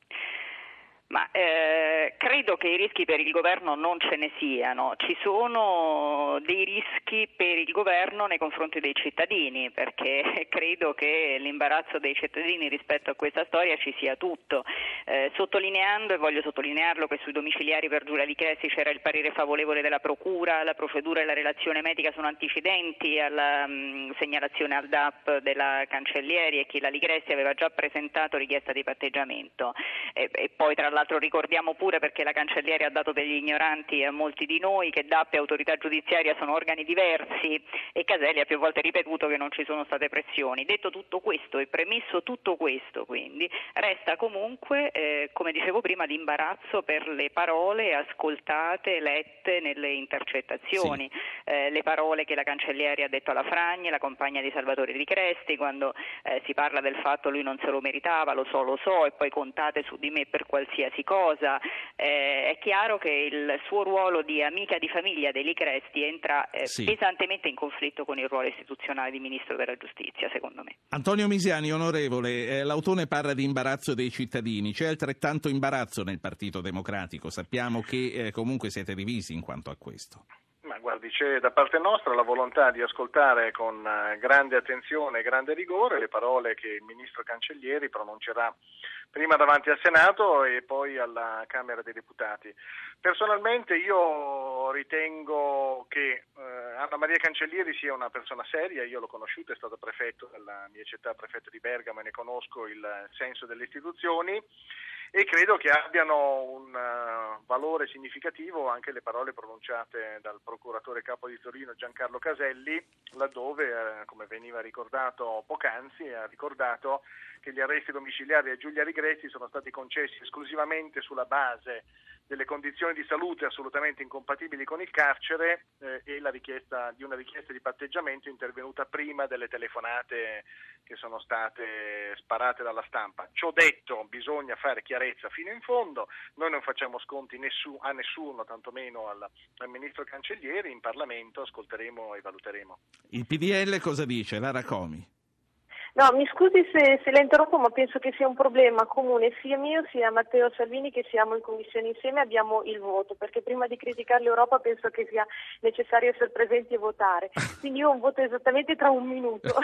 Ma credo che i rischi per il governo non ce ne siano. Ci sono dei rischi per il governo nei confronti dei cittadini, perché credo che l'imbarazzo dei cittadini rispetto a questa storia ci sia tutto. Sottolineando, e voglio sottolinearlo, che sui domiciliari per Giulia Ligresti c'era il parere favorevole della Procura, la procedura e la relazione medica sono antecedenti alla segnalazione al DAP della Cancellieri, e che la Ligresti aveva già presentato richiesta di patteggiamento. E poi tra l'altro ricordiamo pure, perché la Cancellieri ha dato degli ignoranti a molti di noi, che DAP e autorità giudiziaria sono organi diversi, e Caselli ha più volte ripetuto che non ci sono state pressioni. Detto tutto questo e premesso tutto questo, quindi resta comunque, come dicevo prima, l'imbarazzo per le parole ascoltate, lette nelle intercettazioni, le parole che la Cancellieri ha detto alla Fragni, la compagna di Salvatore Ligresti, quando si parla del fatto lui non se lo meritava, lo so, e poi contate su di me per qualsiasi cosa. È chiaro che il suo ruolo di amica di famiglia dei Ligresti entra pesantemente in conflitto con il ruolo istituzionale di Ministro della Giustizia, secondo me. Antonio Misiani, onorevole, Lautone parla di imbarazzo dei cittadini. C'è altrettanto imbarazzo nel Partito Democratico. Sappiamo che comunque siete divisi in quanto a questo. Ma guardi, c'è da parte nostra la volontà di ascoltare con grande attenzione e grande rigore le parole che il ministro Cancellieri pronuncerà prima davanti al Senato e poi alla Camera dei Deputati. Personalmente io ritengo che Anna Maria Cancellieri sia una persona seria. Io l'ho conosciuta, è stato prefetto della mia città, prefetto di Bergamo, e ne conosco il senso delle istituzioni. e credo che abbiano un valore significativo anche le parole pronunciate dal procuratore capo di Torino Giancarlo Caselli, laddove, come veniva ricordato poc'anzi, ha ricordato che gli arresti domiciliari a Giulia Rigrezzi sono stati concessi esclusivamente sulla base delle condizioni di salute assolutamente incompatibili con il carcere e la richiesta di patteggiamento intervenuta prima delle telefonate che sono state sparate dalla stampa. Ciò detto, bisogna fare chiarezza fino in fondo, noi non facciamo sconti a nessuno, tantomeno al ministro Cancellieri. In Parlamento ascolteremo e valuteremo. Il PDL cosa dice? Lara Comi. No, mi scusi se la interrompo, ma penso che sia un problema comune sia mio sia Matteo Salvini, che siamo in commissione insieme, abbiamo il voto, perché prima di criticare l'Europa penso che sia necessario essere presenti e votare. Quindi io voto esattamente tra un minuto.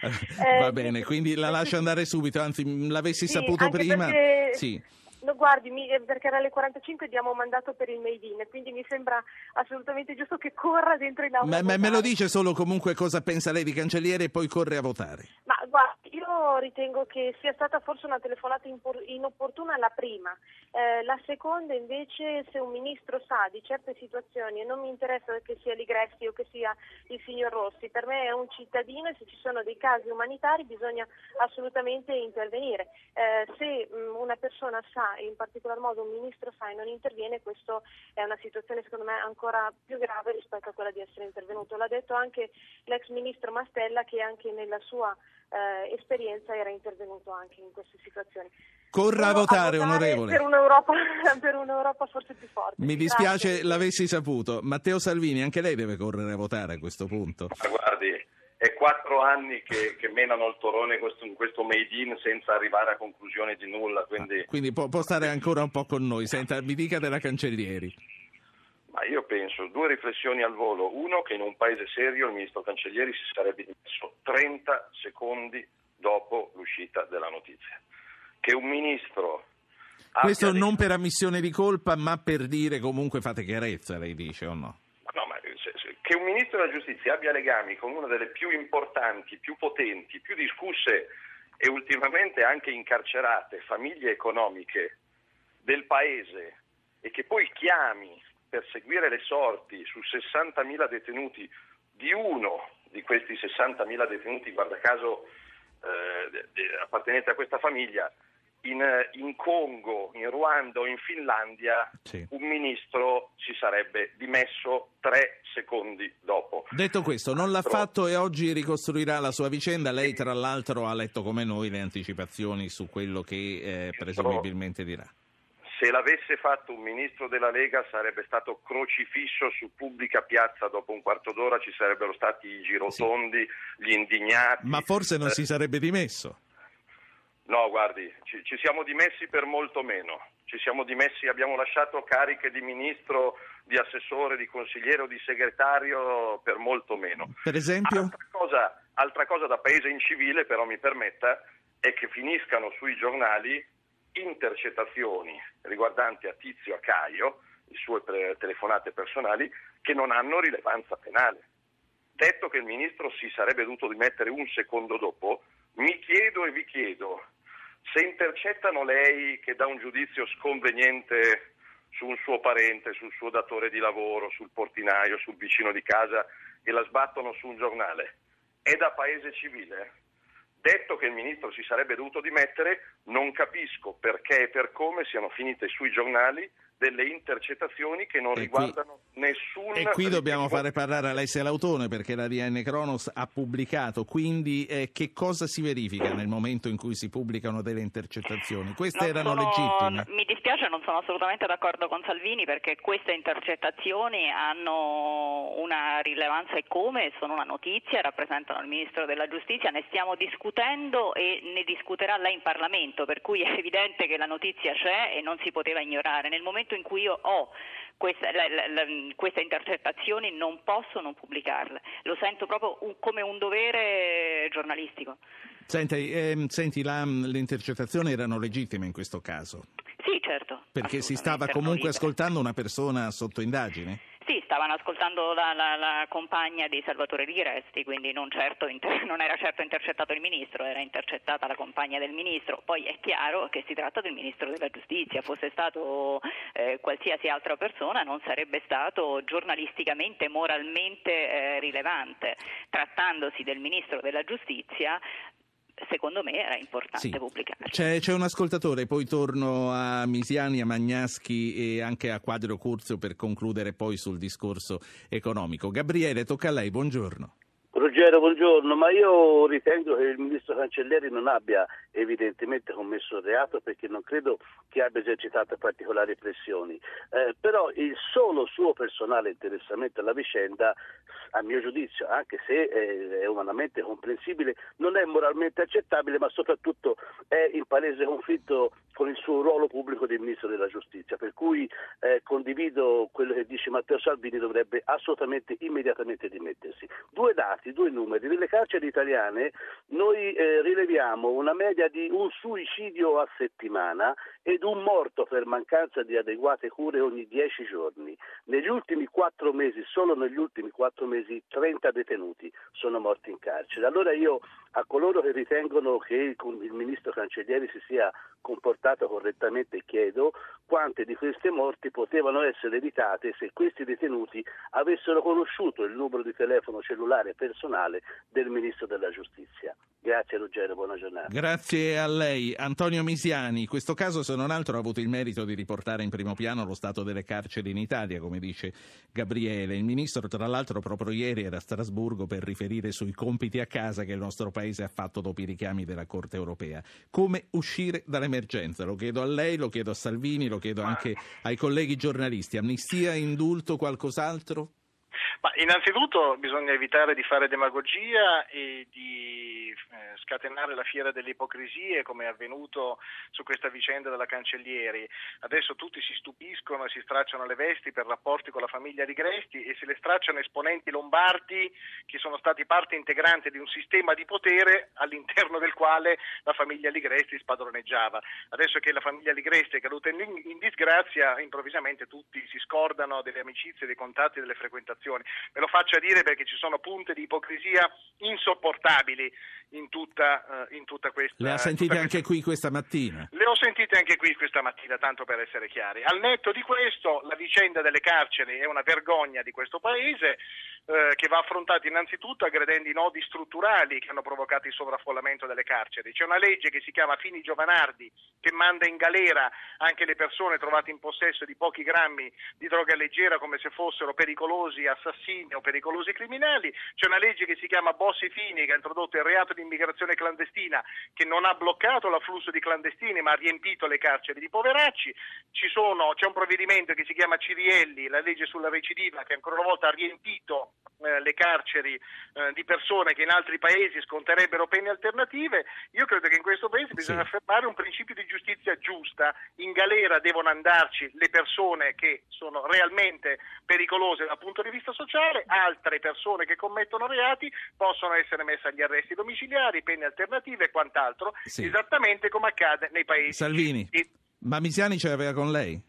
Va bene, quindi la lascio andare subito, anzi l'avessi saputo prima. Perché... Sì. No, guardi, perché era alle 45 diamo mandato per il Made in, quindi mi sembra assolutamente giusto che corra dentro in aula. Ma me lo dice solo comunque cosa pensa lei di Cancelliere e poi corre a votare? Ma guardi, io ritengo che sia stata forse una telefonata inopportuna la prima. La seconda invece, se un ministro sa di certe situazioni, e non mi interessa che sia Ligresti o che sia il signor Rossi, per me è un cittadino e se ci sono dei casi umanitari bisogna assolutamente intervenire. Se una persona sa, in particolar modo un ministro sa e non interviene, questo è una situazione secondo me ancora più grave rispetto a quella di essere intervenuto. L'ha detto anche l'ex ministro Mastella, che anche nella sua esperienza era intervenuto anche in queste situazioni. Corra a votare, onorevole. Per un'Europa forse più forte. Mi dispiace l'avessi saputo. Matteo Salvini, anche lei deve correre a votare a questo punto. Ma guardi, è 4 anni che menano il torone in questo made in senza arrivare a conclusioni di nulla. Quindi può stare ancora un po' con noi. Senta, mi dica della Cancellieri. Ma io penso, 2 riflessioni al volo. Uno, che in un paese serio il ministro Cancellieri si sarebbe dimesso 30 secondi dopo l'uscita della notizia. Che un ministro... Questo non per ammissione di colpa, ma per dire comunque fate chiarezza, lei dice, o no? No, ma che un ministro della giustizia abbia legami con una delle più importanti, più potenti, più discusse e ultimamente anche incarcerate famiglie economiche del paese, e che poi chiami per seguire le sorti su 60.000 detenuti di uno di questi 60.000 detenuti, guarda caso appartenenti a questa famiglia, in Congo, in Ruanda o in Finlandia, sì, un ministro si sarebbe dimesso 3 secondi dopo. Detto questo, non l'ha fatto e oggi ricostruirà la sua vicenda. Lei tra l'altro ha letto come noi le anticipazioni su quello che presumibilmente dirà. Se l'avesse fatto un ministro della Lega sarebbe stato crocifisso su pubblica piazza dopo un quarto d'ora, ci sarebbero stati i girotondi, sì, gli indignati. Ma forse non si sarebbe dimesso. No, guardi, ci siamo dimessi per molto meno. Ci siamo dimessi, abbiamo lasciato cariche di ministro, di assessore, di consigliere o di segretario per molto meno. Per esempio? Altra cosa da paese incivile, però mi permetta, è che finiscano sui giornali intercettazioni riguardanti a Tizio, a Caio, le sue telefonate personali, che non hanno rilevanza penale. Detto che il ministro si sarebbe dovuto dimettere un secondo dopo, mi chiedo e vi chiedo, se intercettano lei che dà un giudizio sconveniente su un suo parente, sul suo datore di lavoro, sul portinaio, sul vicino di casa, e la sbattono su un giornale, è da paese civile? Detto che il ministro si sarebbe dovuto dimettere, non capisco perché e per come siano finite sui giornali delle intercettazioni che non riguardano nessun... E qui dobbiamo fare parlare Alessia Lautone, perché la DN Cronos ha pubblicato, quindi che cosa si verifica nel momento in cui si pubblicano delle intercettazioni? Queste erano legittime? Mi dispiace, non sono assolutamente d'accordo con Salvini, perché queste intercettazioni hanno una rilevanza e come, sono una notizia, rappresentano il Ministro della Giustizia, ne stiamo discutendo e ne discuterà lei in Parlamento, per cui è evidente che la notizia c'è e non si poteva ignorare. Nel momento in cui io ho queste intercettazioni non posso non pubblicarle, lo sento proprio come un dovere giornalistico. Senti, le intercettazioni erano legittime in questo caso? Sì, certo. Perché si stava comunque ascoltando una persona sotto indagine? Sì, stavano ascoltando la compagna di Salvatore Ligresti, quindi non era certo intercettato il ministro, era intercettata la compagna del ministro. Poi è chiaro che si tratta del ministro della giustizia, fosse stato qualsiasi altra persona non sarebbe stato giornalisticamente, moralmente rilevante. Trattandosi del ministro della giustizia, secondo me era importante pubblicare. C'è un ascoltatore, poi torno a Misiani, a Magnaschi e anche a Quadrio Curzio per concludere poi sul discorso economico. Gabriele, tocca a lei, buongiorno. Ruggero, buongiorno, ma io ritengo che il ministro Cancellieri non abbia evidentemente commesso il reato, perché non credo che abbia esercitato particolari pressioni, però il solo suo personale interessamento alla vicenda, a mio giudizio, anche se è umanamente comprensibile, non è moralmente accettabile, ma soprattutto è in palese conflitto con il suo ruolo pubblico di ministro della giustizia, per cui condivido quello che dice Matteo Salvini, dovrebbe assolutamente immediatamente dimettersi. Due dati, due numeri: nelle carceri italiane noi rileviamo una media di un suicidio a settimana ed un morto per mancanza di adeguate cure ogni 10 giorni. Negli ultimi 4 mesi, solo negli ultimi 4 mesi, 30 detenuti sono morti in carcere. Allora io, a coloro che ritengono che il ministro Cancellieri si sia comportato correttamente, chiedo quante di queste morti potevano essere evitate se questi detenuti avessero conosciuto il numero di telefono cellulare personale del ministro della giustizia. Grazie Ruggero, buona giornata. Grazie a lei. Antonio Misiani, questo caso se non altro ha avuto il merito di riportare in primo piano lo stato delle carceri in Italia, come dice Gabriele. Il ministro tra l'altro proprio ieri era a Strasburgo per riferire sui compiti a casa che il nostro paese ha fatto dopo i richiami della Corte europea. Come uscire dall'emergenza? Lo chiedo a lei, lo chiedo a Salvini, lo chiedo anche ai colleghi giornalisti. Amnistia, indulto, qualcos'altro? Ma innanzitutto bisogna evitare di fare demagogia e di scatenare la fiera delle ipocrisie, come è avvenuto su questa vicenda della Cancellieri. Adesso tutti si stupiscono e si stracciano le vesti per rapporti con la famiglia Ligresti, e se le stracciano esponenti lombardi che sono stati parte integrante di un sistema di potere all'interno del quale la famiglia Ligresti spadroneggiava. Adesso che la famiglia Ligresti è caduta in disgrazia, improvvisamente tutti si scordano delle amicizie, dei contatti, delle frequentazioni. Me lo faccia dire, perché ci sono punte di ipocrisia insopportabili in tutta questa. Le ha sentite anche qui questa mattina? Le ho sentite anche qui questa mattina, tanto per essere chiari. Al netto di questo, la vicenda delle carceri è una vergogna di questo Paese, che va affrontata innanzitutto aggredendo i nodi strutturali che hanno provocato il sovraffollamento delle carceri. C'è una legge che si chiama Fini-Giovanardi, che manda in galera anche le persone trovate in possesso di pochi grammi di droga leggera, come se fossero pericolosi assassini o pericolosi criminali. C'è una legge che si chiama Bossi-Fini, che ha introdotto il reato di immigrazione clandestina, che non ha bloccato l'afflusso di clandestini ma ha riempito le carceri di poveracci. C'è un provvedimento che si chiama Cirielli, la legge sulla recidiva, che ancora una volta ha riempito le carceri di persone che in altri paesi sconterebbero pene alternative. Io credo che in questo paese bisogna affermare un principio di giustizia giusta. In galera devono andarci le persone che sono realmente pericolose dal punto di vista sociale, altre persone che commettono reati possono essere messe agli arresti domiciliari, pene alternative e quant'altro, esattamente come accade nei paesi. Salvini, ma Misiani ce l'aveva con lei?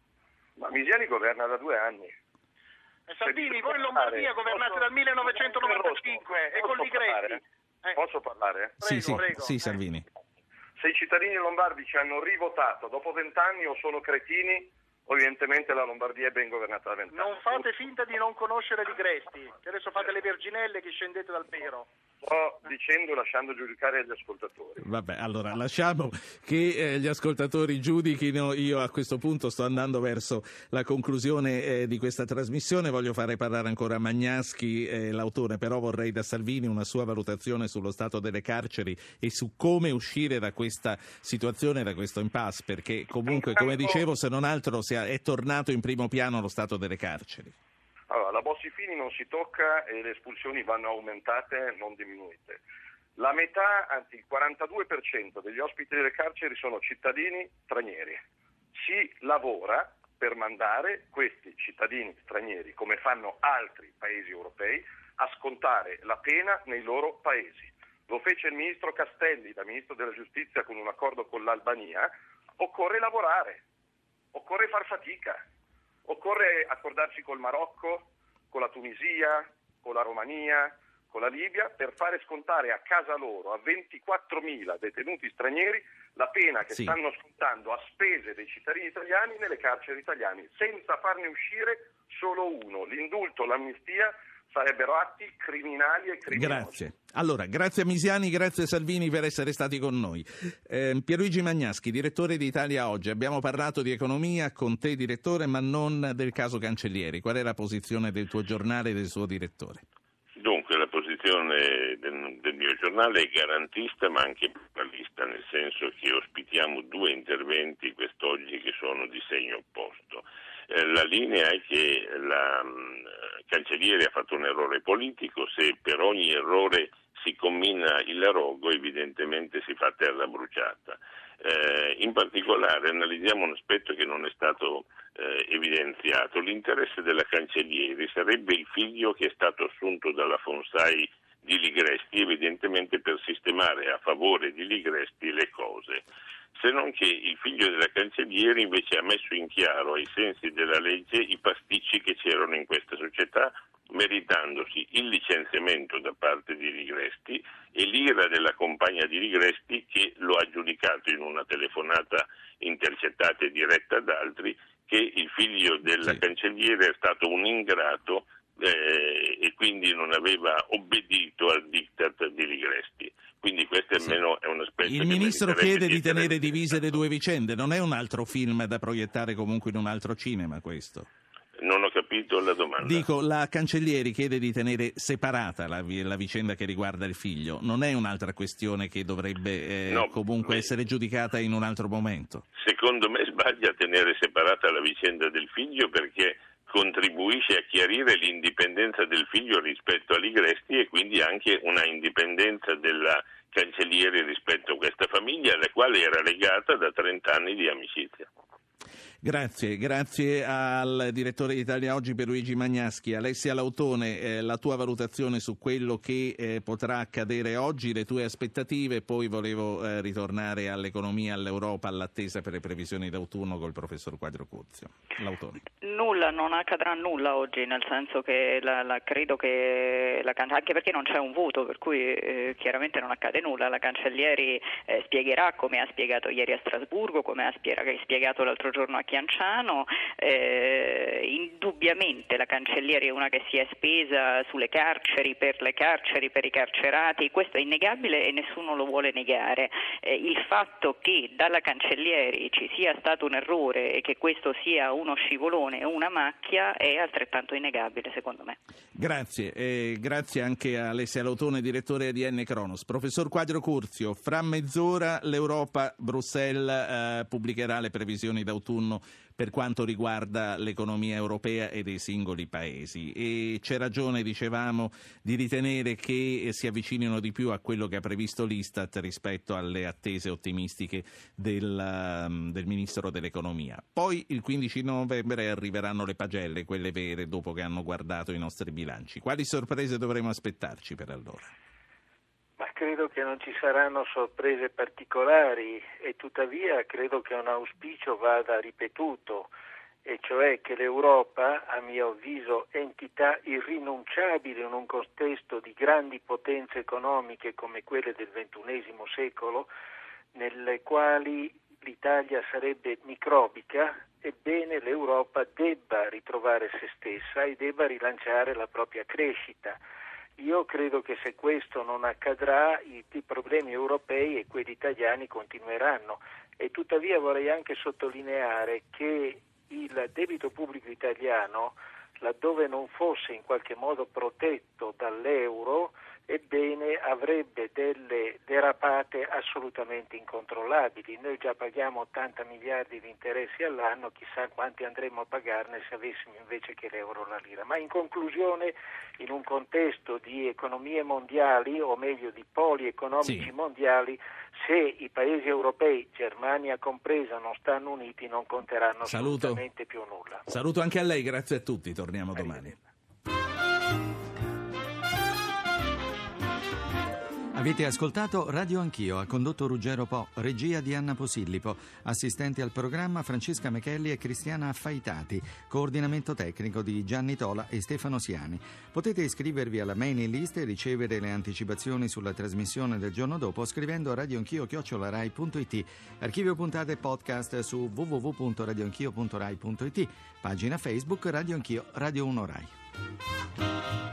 Ma Misiani governa da 2 anni. Salvini, voi in Lombardia governate dal 1995 e con Ligresti. Posso parlare? Prego. Sì, Salvini. Se i cittadini lombardi ci hanno rivotato dopo 20 anni o sono cretini, evidentemente la Lombardia è ben governata da 20 anni. Non fate finta di non conoscere Ligresti, che adesso fate le verginelle che scendete dal pero. Sto dicendo, lasciando giudicare agli ascoltatori. Vabbè, allora lasciamo che gli ascoltatori giudichino. Io a questo punto sto andando verso la conclusione di questa trasmissione. Voglio fare parlare ancora Magnaschi, l'autore, però vorrei da Salvini una sua valutazione sullo stato delle carceri e su come uscire da questa situazione, da questo impasse, perché comunque, come dicevo, se non altro è tornato in primo piano lo stato delle carceri. Allora, la Bossi-Fini non si tocca e le espulsioni vanno aumentate, non diminuite. La metà, anzi il 42% degli ospiti delle carceri sono cittadini stranieri. Si lavora per mandare questi cittadini stranieri, come fanno altri paesi europei, a scontare la pena nei loro paesi. Lo fece il ministro Castelli, da ministro della giustizia, con un accordo con l'Albania. Occorre lavorare, occorre far fatica. Occorre accordarsi col Marocco, con la Tunisia, con la Romania, con la Libia, per fare scontare a casa loro, a 24.000 detenuti stranieri, la pena che stanno scontando a spese dei cittadini italiani nelle carceri italiane, senza farne uscire solo uno. L'indulto, l'amnistia sarebbero atti criminali e criminosi. Grazie. Allora, grazie a Misiani, grazie a Salvini per essere stati con noi. Pierluigi Magnaschi, direttore di Italia Oggi. Abbiamo parlato di economia con te, direttore, ma non del caso Cancellieri. Qual è la posizione del tuo giornale e del suo direttore? Dunque, la posizione del mio giornale è garantista ma anche pluralista, nel senso che ospitiamo due interventi quest'oggi che sono di segno opposto. La linea è che la Cancellieri ha fatto un errore politico, se per ogni errore si commina il rogo evidentemente si fa terra bruciata. In particolare analizziamo un aspetto che non è stato evidenziato. L'interesse della Cancellieri sarebbe il figlio che è stato assunto dalla Fonsai di Ligresti, evidentemente per sistemare a favore di Ligresti le cose. Se non che il figlio della Cancellieri invece ha messo in chiaro ai sensi della legge i pasticci che c'erano in questa società, meritandosi il licenziamento da parte di Ligresti e l'ira della compagna di Ligresti che lo ha giudicato in una telefonata intercettata e diretta ad altri che il figlio della Cancelliere è stato un ingrato e quindi non aveva obbedito al diktat di Ligresti. Quindi questo almeno è un aspetto. Il ministro chiede di tenere divise le due vicende, non è un altro film da proiettare comunque in un altro cinema questo? Non ho capito la domanda. Dico, la Cancellieri chiede di tenere separata la vicenda che riguarda il figlio, non è un'altra questione che dovrebbe comunque essere giudicata in un altro momento? Secondo me sbaglia a tenere separata la vicenda del figlio perché contribuisce a chiarire l'indipendenza del figlio rispetto a Ligresti e quindi anche una indipendenza della Cancellieri rispetto a questa famiglia alla quale era legata da 30 anni di amicizia. Grazie al direttore di Italia Oggi Pierluigi Magnaschi. Alessia Lautone, la tua valutazione su quello che potrà accadere oggi, le tue aspettative, poi volevo ritornare all'economia, all'Europa, all'attesa per le previsioni d'autunno col professor Quadrio Curzio. Lautone. Non accadrà nulla oggi, nel senso che credo che anche perché non c'è un voto, per cui chiaramente non accade nulla. La Cancellieri spiegherà, come ha spiegato ieri a Strasburgo, come ha spiegato l'altro giorno a Chianciano. Indubbiamente la Cancellieri è una che si è spesa sulle carceri, per i carcerati, questo è innegabile e nessuno lo vuole negare. Il fatto che dalla Cancellieri ci sia stato un errore e che questo sia uno scivolone o una macchia è altrettanto innegabile, secondo me. Grazie anche a Alessia Lautone, direttore ADN Cronos. Professor Quadrio Curzio, fra mezz'ora l'Europa, Bruxelles pubblicherà le previsioni d'autunno per quanto riguarda l'economia europea e dei singoli paesi e c'è ragione, dicevamo, di ritenere che si avvicinino di più a quello che ha previsto l'Istat rispetto alle attese ottimistiche del Ministro dell'Economia. Poi il 15 novembre arriveranno le pagelle, quelle vere, dopo che hanno guardato i nostri bilanci. Quali sorprese dovremo aspettarci per allora? Ma credo che non ci saranno sorprese particolari e tuttavia credo che un auspicio vada ripetuto, e cioè che l'Europa, a mio avviso, entità irrinunciabile in un contesto di grandi potenze economiche come quelle del XXI secolo, nelle quali l'Italia sarebbe microbica, ebbene l'Europa debba ritrovare se stessa e debba rilanciare la propria crescita. Io credo che se questo non accadrà i problemi europei e quelli italiani continueranno e tuttavia vorrei anche sottolineare che il debito pubblico italiano, laddove non fosse in qualche modo protetto dall'euro, ebbene avrebbe delle derapate assolutamente incontrollabili. Noi già paghiamo 80 miliardi di interessi all'anno, chissà quanti andremmo a pagarne se avessimo invece che l'euro la lira. Ma in conclusione, in un contesto di economie mondiali, o meglio di poli economici mondiali, se i paesi europei, Germania compresa, non stanno uniti, non conteranno assolutamente più nulla. Saluto anche a lei, grazie a tutti, torniamo domani. Avete ascoltato Radio Anch'io, ha condotto Ruggero Po, regia di Anna Posillipo, assistenti al programma Francesca Mechelli e Cristiana Affaitati, coordinamento tecnico di Gianni Tola e Stefano Siani. Potete iscrivervi alla mailing list e ricevere le anticipazioni sulla trasmissione del giorno dopo scrivendo radioanchio@rai.it, archivio puntate e podcast su www.radioanchio.rai.it, pagina Facebook Radio Anch'io, Radio 1 Rai.